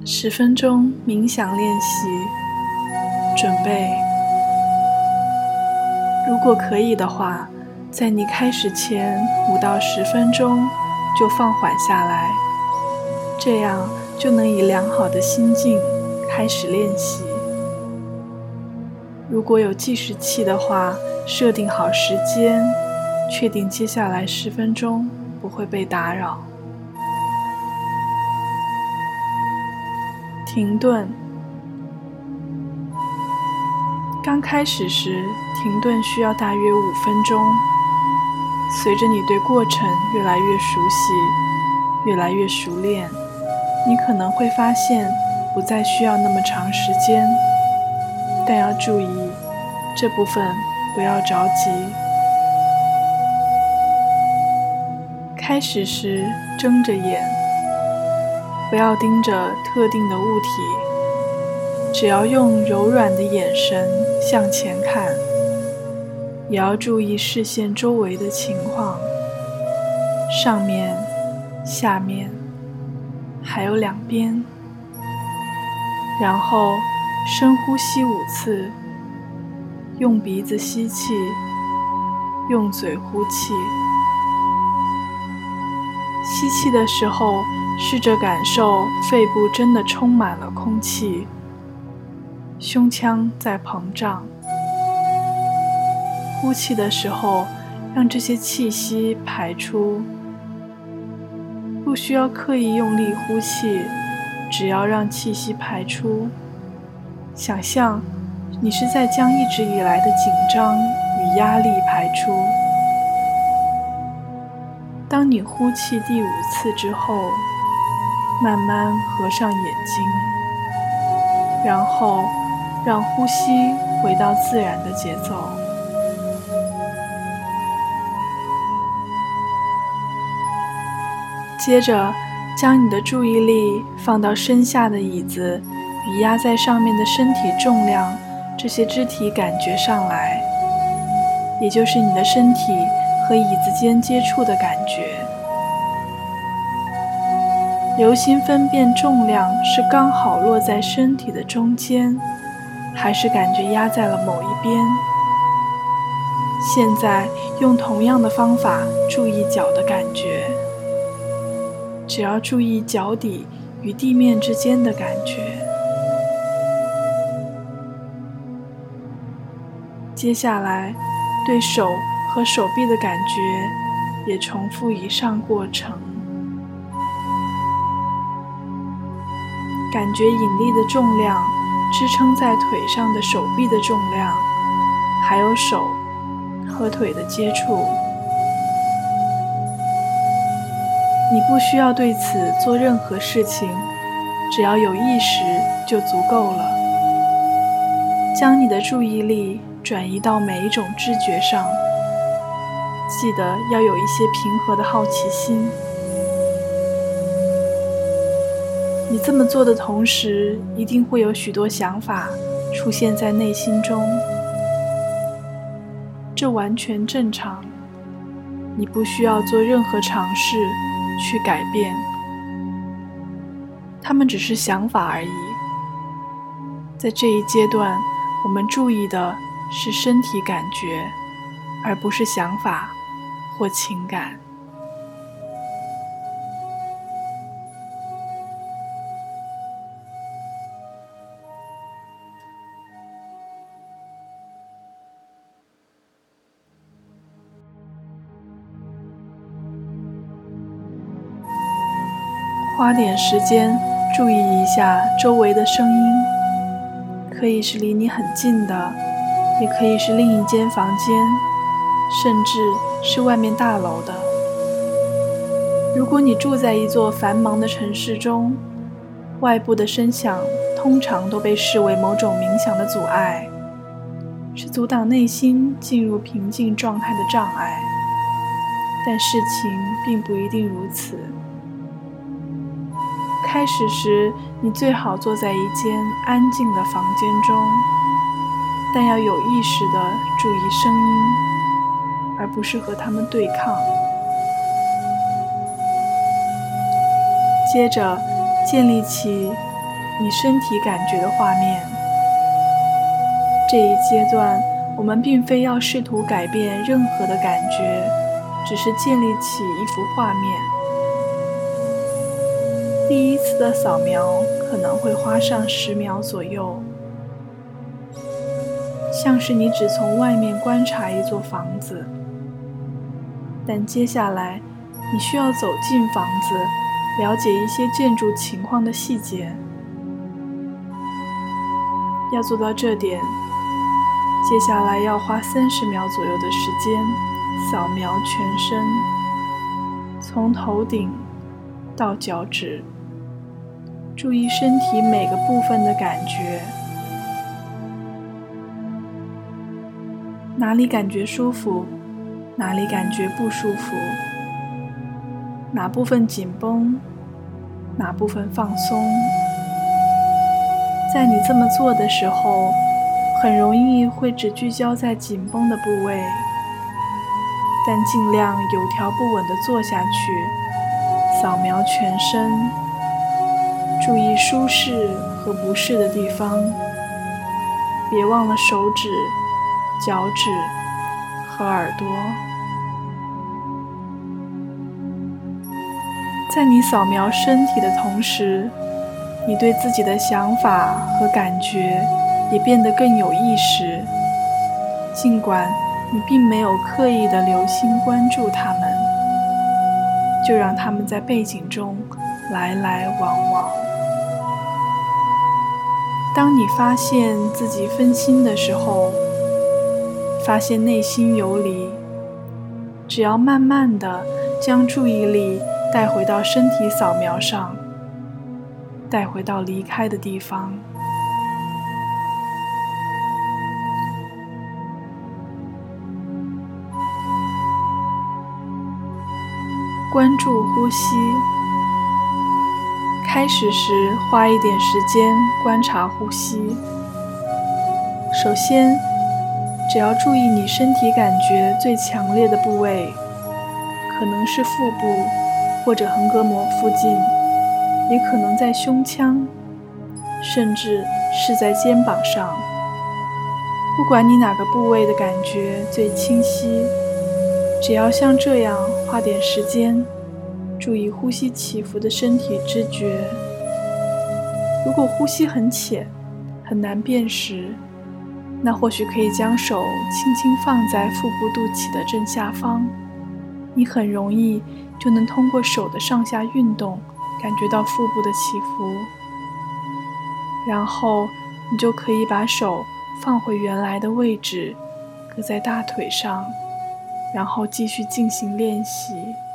10分钟冥想练习，准备。如果可以的话，在你开始前5到10分钟就放缓下来，这样就能以良好的心境开始练习。如果有计时器的话，设定好时间，确定接下来10分钟不会被打扰。停顿。刚开始时，停顿需要大约5分钟。随着你对过程越来越熟悉，越来越熟练，你可能会发现不再需要那么长时间。但要注意，这部分不要着急。开始时睁着眼，不要盯着特定的物体，只要用柔软的眼神向前看，也要注意视线周围的情况，上面、下面，还有两边。然后深呼吸5次，用鼻子吸气，用嘴呼气。吸气的时候，试着感受肺部真的充满了空气，胸腔在膨胀。呼气的时候，让这些气息排出。不需要刻意用力呼气，只要让气息排出。想象你是在将一直以来的紧张与压力排出。当你呼气第5次之后，慢慢合上眼睛，然后让呼吸回到自然的节奏。接着，将你的注意力放到身下的椅子与压在上面的身体重量这些肢体感觉上来，也就是你的身体和椅子间接触的感觉。留心分辨重量是刚好落在身体的中间，还是感觉压在了某一边。现在用同样的方法注意脚的感觉，只要注意脚底与地面之间的感觉。接下来，对手和手臂的感觉也重复以上过程。感觉引力的重量支撑在腿上的手臂的重量，还有手和腿的接触。你不需要对此做任何事情，只要有意识就足够了。将你的注意力转移到每一种知觉上，记得要有一些平和的好奇心。你这么做的同时，一定会有许多想法出现在内心中，这完全正常。你不需要做任何尝试去改变，它们只是想法而已。在这一阶段，我们注意的是身体感觉，而不是想法或情感。花点时间注意一下周围的声音，可以是离你很近的，也可以是另一间房间，甚至是外面大楼的。如果你住在一座繁忙的城市中，外部的声响通常都被视为某种冥想的阻碍，是阻挡内心进入平静状态的障碍。但事情并不一定如此。开始时，你最好坐在一间安静的房间中，但要有意识地注意声音，而不是和它们对抗。接着，建立起你身体感觉的画面。这一阶段，我们并非要试图改变任何的感觉，只是建立起一幅画面。第一次的扫描可能会花上10秒左右，像是你只从外面观察一座房子，但接下来你需要走进房子，了解一些建筑情况的细节。要做到这点，接下来要花30秒左右的时间扫描全身，从头顶到脚趾，注意身体每个部分的感觉，哪里感觉舒服，哪里感觉不舒服，哪部分紧绷，哪部分放松。在你这么做的时候，很容易会只聚焦在紧绷的部位，但尽量有条不紊地做下去，扫描全身，注意舒适和不适的地方，别忘了手指、脚趾和耳朵。在你扫描身体的同时，你对自己的想法和感觉也变得更有意识，尽管你并没有刻意地留心关注它们，就让它们在背景中来来往往。当你发现自己分心的时候，发现内心游离，只要慢慢地将注意力带回到身体扫描上，带回到离开的地方。关注呼吸。开始时花一点时间观察呼吸。首先，只要注意你身体感觉最强烈的部位，可能是腹部或者横膈膜附近，也可能在胸腔，甚至是在肩膀上。不管你哪个部位的感觉最清晰，只要像这样花点时间，注意呼吸起伏的身体知觉。如果呼吸很浅，很难辨识，那或许可以将手轻轻放在腹部肚脐的正下方，你很容易就能通过手的上下运动感觉到腹部的起伏。然后你就可以把手放回原来的位置，搁在大腿上，然后继续进行练习。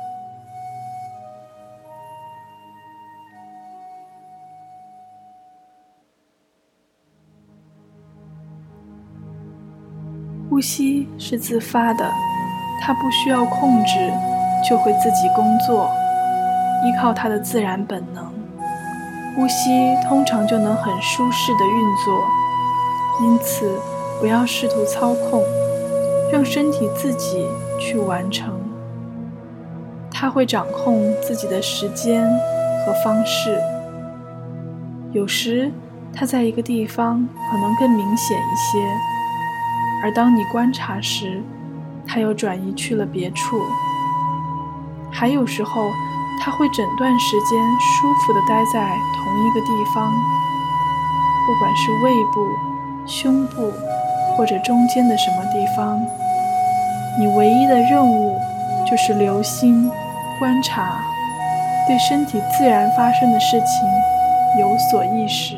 呼吸是自发的，它不需要控制，就会自己工作，依靠它的自然本能。呼吸通常就能很舒适地运作，因此不要试图操控，让身体自己去完成。它会掌控自己的时间和方式。有时它在一个地方可能更明显一些，而当你观察时，它又转移去了别处。还有时候，它会整段时间舒服地待在同一个地方，不管是胃部、胸部或者中间的什么地方。你唯一的任务就是留心观察，对身体自然发生的事情有所意识。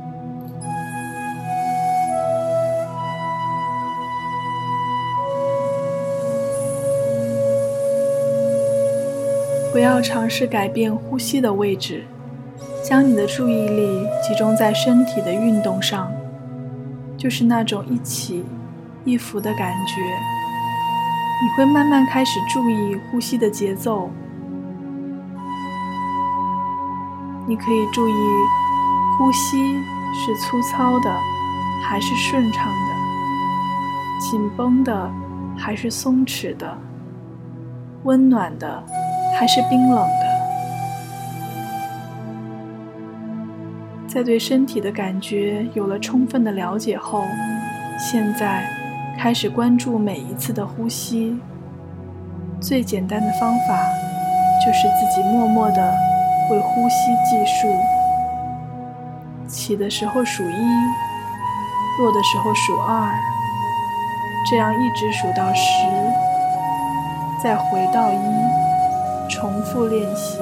不要尝试改变呼吸的位置，将你的注意力集中在身体的运动上，就是那种一起一伏的感觉。你会慢慢开始注意呼吸的节奏。你可以注意呼吸是粗糙的还是顺畅的，紧绷的还是松弛的，温暖的还是冰冷的。 在对身体的感觉有了充分的了解后，现在开始关注每一次的呼吸。最简单的方法就是自己默默地为呼吸计数，起的时候数1，落的时候数2，这样一直数到10，再回到1，重复练习。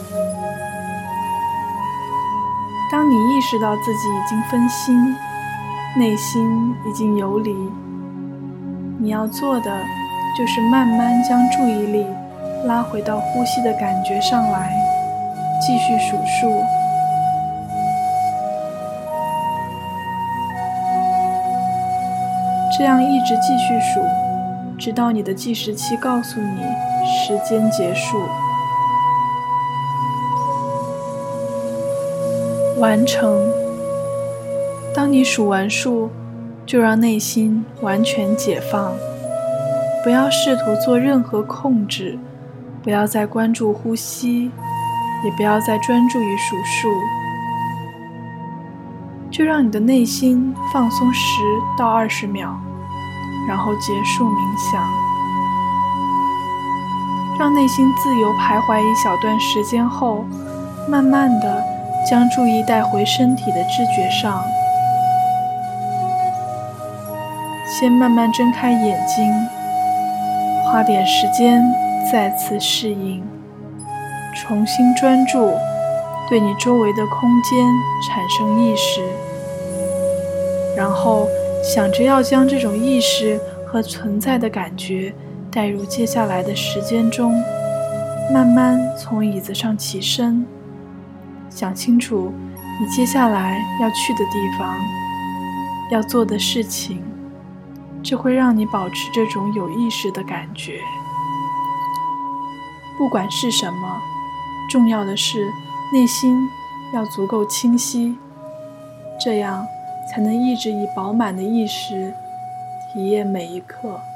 当你意识到自己已经分心，内心已经游离，你要做的就是慢慢将注意力拉回到呼吸的感觉上来，继续数数。这样一直继续数，直到你的计时器告诉你时间结束。完成。当你数完数，就让内心完全解放，不要试图做任何控制，不要再关注呼吸，也不要再专注于数数，就让你的内心放松10到20秒，然后结束冥想。让内心自由徘徊一小段时间后，慢慢地将注意带回身体的知觉上。先慢慢睁开眼睛，花点时间再次适应，重新专注，对你周围的空间产生意识，然后想着要将这种意识和存在的感觉带入接下来的时间中，慢慢从椅子上起身，想清楚你接下来要去的地方，要做的事情，这会让你保持这种有意识的感觉。不管是什么，重要的是内心要足够清晰，这样才能一直以饱满的意识体验每一刻。